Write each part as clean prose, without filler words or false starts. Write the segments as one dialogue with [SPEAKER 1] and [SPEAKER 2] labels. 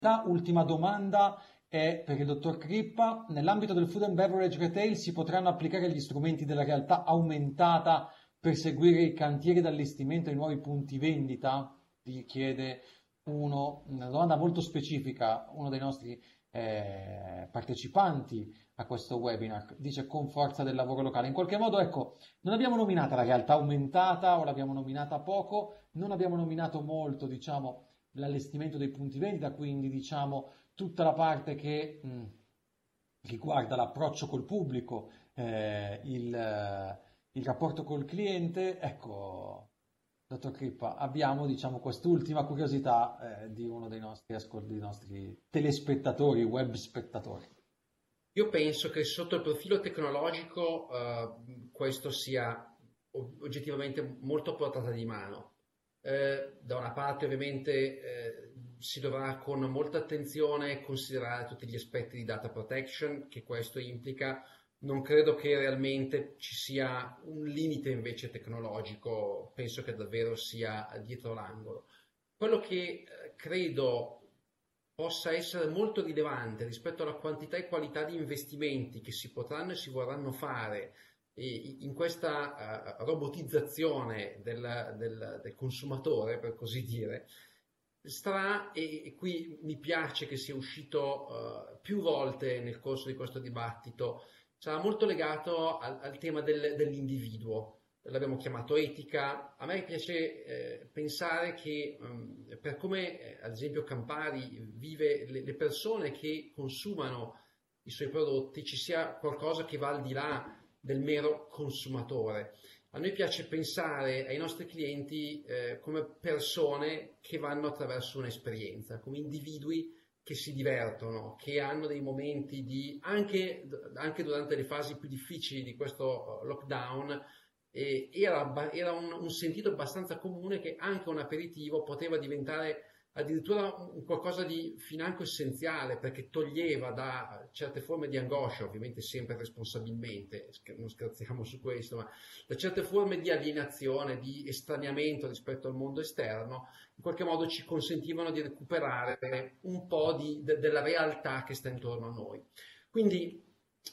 [SPEAKER 1] Ultima domanda è per il dottor Crippa. Nell'ambito del food and beverage retail si potranno applicare gli strumenti della realtà aumentata per seguire i cantieri d'allestimento ai nuovi punti vendita? Vi chiede una domanda molto specifica, uno dei nostri partecipanti a questo webinar, dice con forza del lavoro locale. In qualche modo, ecco, non abbiamo nominata la realtà aumentata o l'abbiamo nominata poco, non abbiamo nominato molto, diciamo, l'allestimento dei punti vendita, quindi diciamo tutta la parte che riguarda l'approccio col pubblico, il rapporto col cliente. Ecco, dottor Crippa, abbiamo diciamo quest'ultima curiosità di uno dei nostri telespettatori, web spettatori.
[SPEAKER 2] Io penso che sotto il profilo tecnologico questo sia oggettivamente molto a portata di mano. Da una parte ovviamente si dovrà con molta attenzione considerare tutti gli aspetti di data protection che questo implica. Non credo che realmente ci sia un limite invece tecnologico, penso che davvero sia dietro l'angolo. Quello che credo possa essere molto rilevante rispetto alla quantità e qualità di investimenti che si potranno e si vorranno fare in questa robotizzazione del consumatore, per così dire, e qui mi piace che sia uscito più volte nel corso di questo dibattito, sarà molto legato al tema dell'individuo. L'abbiamo chiamato etica. A me piace pensare che per come ad esempio Campari vive le persone che consumano i suoi prodotti, ci sia qualcosa che va al di là del mero consumatore. A noi piace pensare ai nostri clienti come persone che vanno attraverso un'esperienza, come individui che si divertono, che hanno dei momenti anche durante le fasi più difficili di questo lockdown. Era un sentito abbastanza comune che anche un aperitivo poteva diventare addirittura un qualcosa di financo essenziale, perché toglieva da certe forme di angoscia, ovviamente sempre responsabilmente, non scherziamo su questo, ma da certe forme di alienazione, di estraniamento rispetto al mondo esterno, in qualche modo ci consentivano di recuperare un po' della realtà che sta intorno a noi. Quindi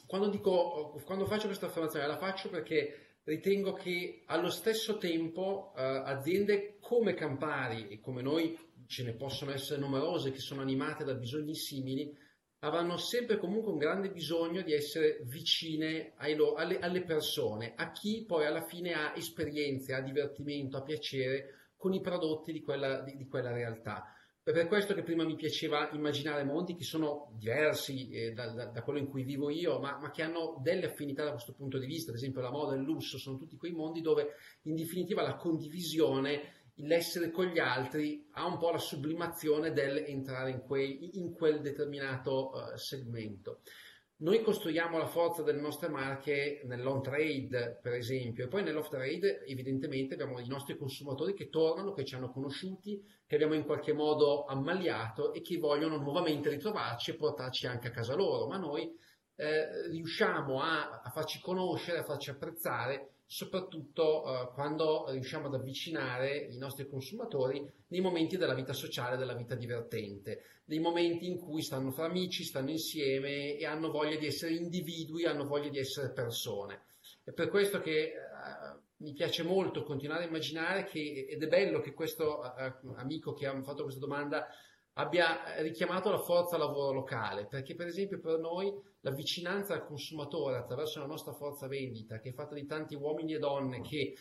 [SPEAKER 2] quando faccio questa affermazione la faccio perché ritengo che allo stesso tempo aziende come Campari e come noi, ce ne possono essere numerose che sono animate da bisogni simili, avranno sempre comunque un grande bisogno di essere vicine alle persone, a chi poi alla fine ha esperienze, ha divertimento, ha piacere con i prodotti di quella realtà. È per questo che prima mi piaceva immaginare mondi che sono diversi da quello in cui vivo io, ma che hanno delle affinità da questo punto di vista. Ad esempio la moda e il lusso sono tutti quei mondi dove in definitiva la condivisione, l'essere con gli altri ha un po' la sublimazione dell'entrare in quel determinato segmento. Noi costruiamo la forza delle nostre marche nell'on trade, per esempio, e poi nell'off trade evidentemente abbiamo i nostri consumatori che tornano, che ci hanno conosciuti, che abbiamo in qualche modo ammaliato e che vogliono nuovamente ritrovarci e portarci anche a casa loro, ma noi riusciamo a farci conoscere, a farci apprezzare, soprattutto quando riusciamo ad avvicinare i nostri consumatori nei momenti della vita sociale, della vita divertente, nei momenti in cui stanno fra amici, stanno insieme e hanno voglia di essere individui, hanno voglia di essere persone. È per questo che mi piace molto continuare a immaginare ed è bello che questo amico che ha fatto questa domanda abbia richiamato la forza lavoro locale, perché per esempio per noi la vicinanza al consumatore attraverso la nostra forza vendita, che è fatta di tanti uomini e donne che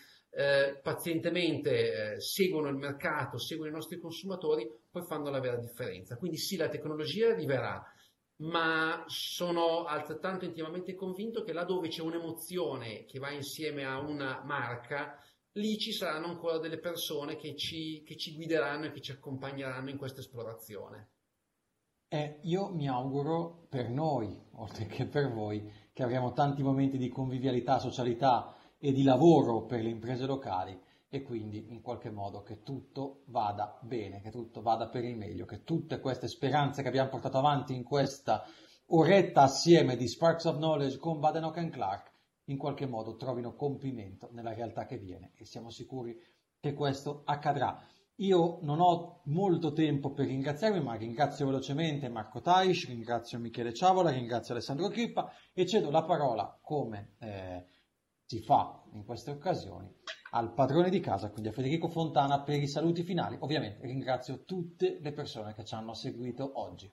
[SPEAKER 2] pazientemente seguono il mercato, seguono i nostri consumatori, poi fanno la vera differenza. Quindi sì, la tecnologia arriverà, ma sono altrettanto intimamente convinto che là dove c'è un'emozione che va insieme a una marca, lì ci saranno ancora delle persone che ci guideranno e che ci accompagneranno in questa esplorazione.
[SPEAKER 1] Io mi auguro per noi, oltre che per voi, che avremo tanti momenti di convivialità, socialità e di lavoro per le imprese locali e quindi in qualche modo che tutto vada bene, che tutto vada per il meglio, che tutte queste speranze che abbiamo portato avanti in questa oretta assieme di Sparks of Knowledge con Badenoch & Clark in qualche modo trovino compimento nella realtà che viene e siamo sicuri che questo accadrà. Io non ho molto tempo per ringraziarvi, ma ringrazio velocemente Marco Taish, ringrazio Michele Ciavola, ringrazio Alessandro Crippa e cedo la parola, come si fa in queste occasioni, al padrone di casa, quindi a Federico Fontana, per i saluti finali. Ovviamente ringrazio tutte le persone che ci hanno seguito oggi.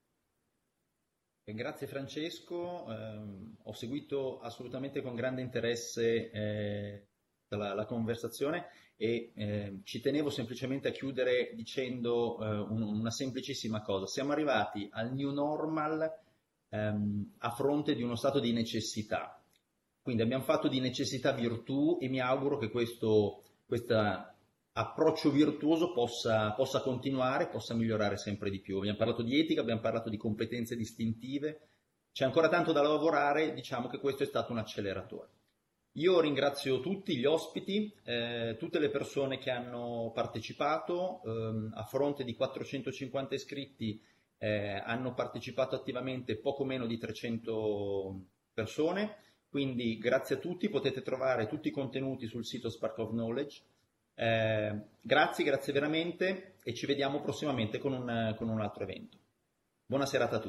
[SPEAKER 3] Grazie Francesco, ho seguito assolutamente con grande interesse la conversazione e ci tenevo semplicemente a chiudere dicendo una semplicissima cosa. Siamo arrivati al new normal a fronte di uno stato di necessità, quindi abbiamo fatto di necessità virtù e mi auguro che questo approccio virtuoso possa continuare, possa migliorare sempre di più. Abbiamo parlato di etica, abbiamo parlato di competenze distintive, c'è ancora tanto da lavorare, diciamo che questo è stato un acceleratore. Io ringrazio tutti gli ospiti, tutte le persone che hanno partecipato, a fronte di 450 iscritti hanno partecipato attivamente poco meno di 300 persone, quindi grazie a tutti, potete trovare tutti i contenuti sul sito Spark of Knowledge. Grazie veramente e ci vediamo prossimamente con un altro evento. Buona serata a tutti.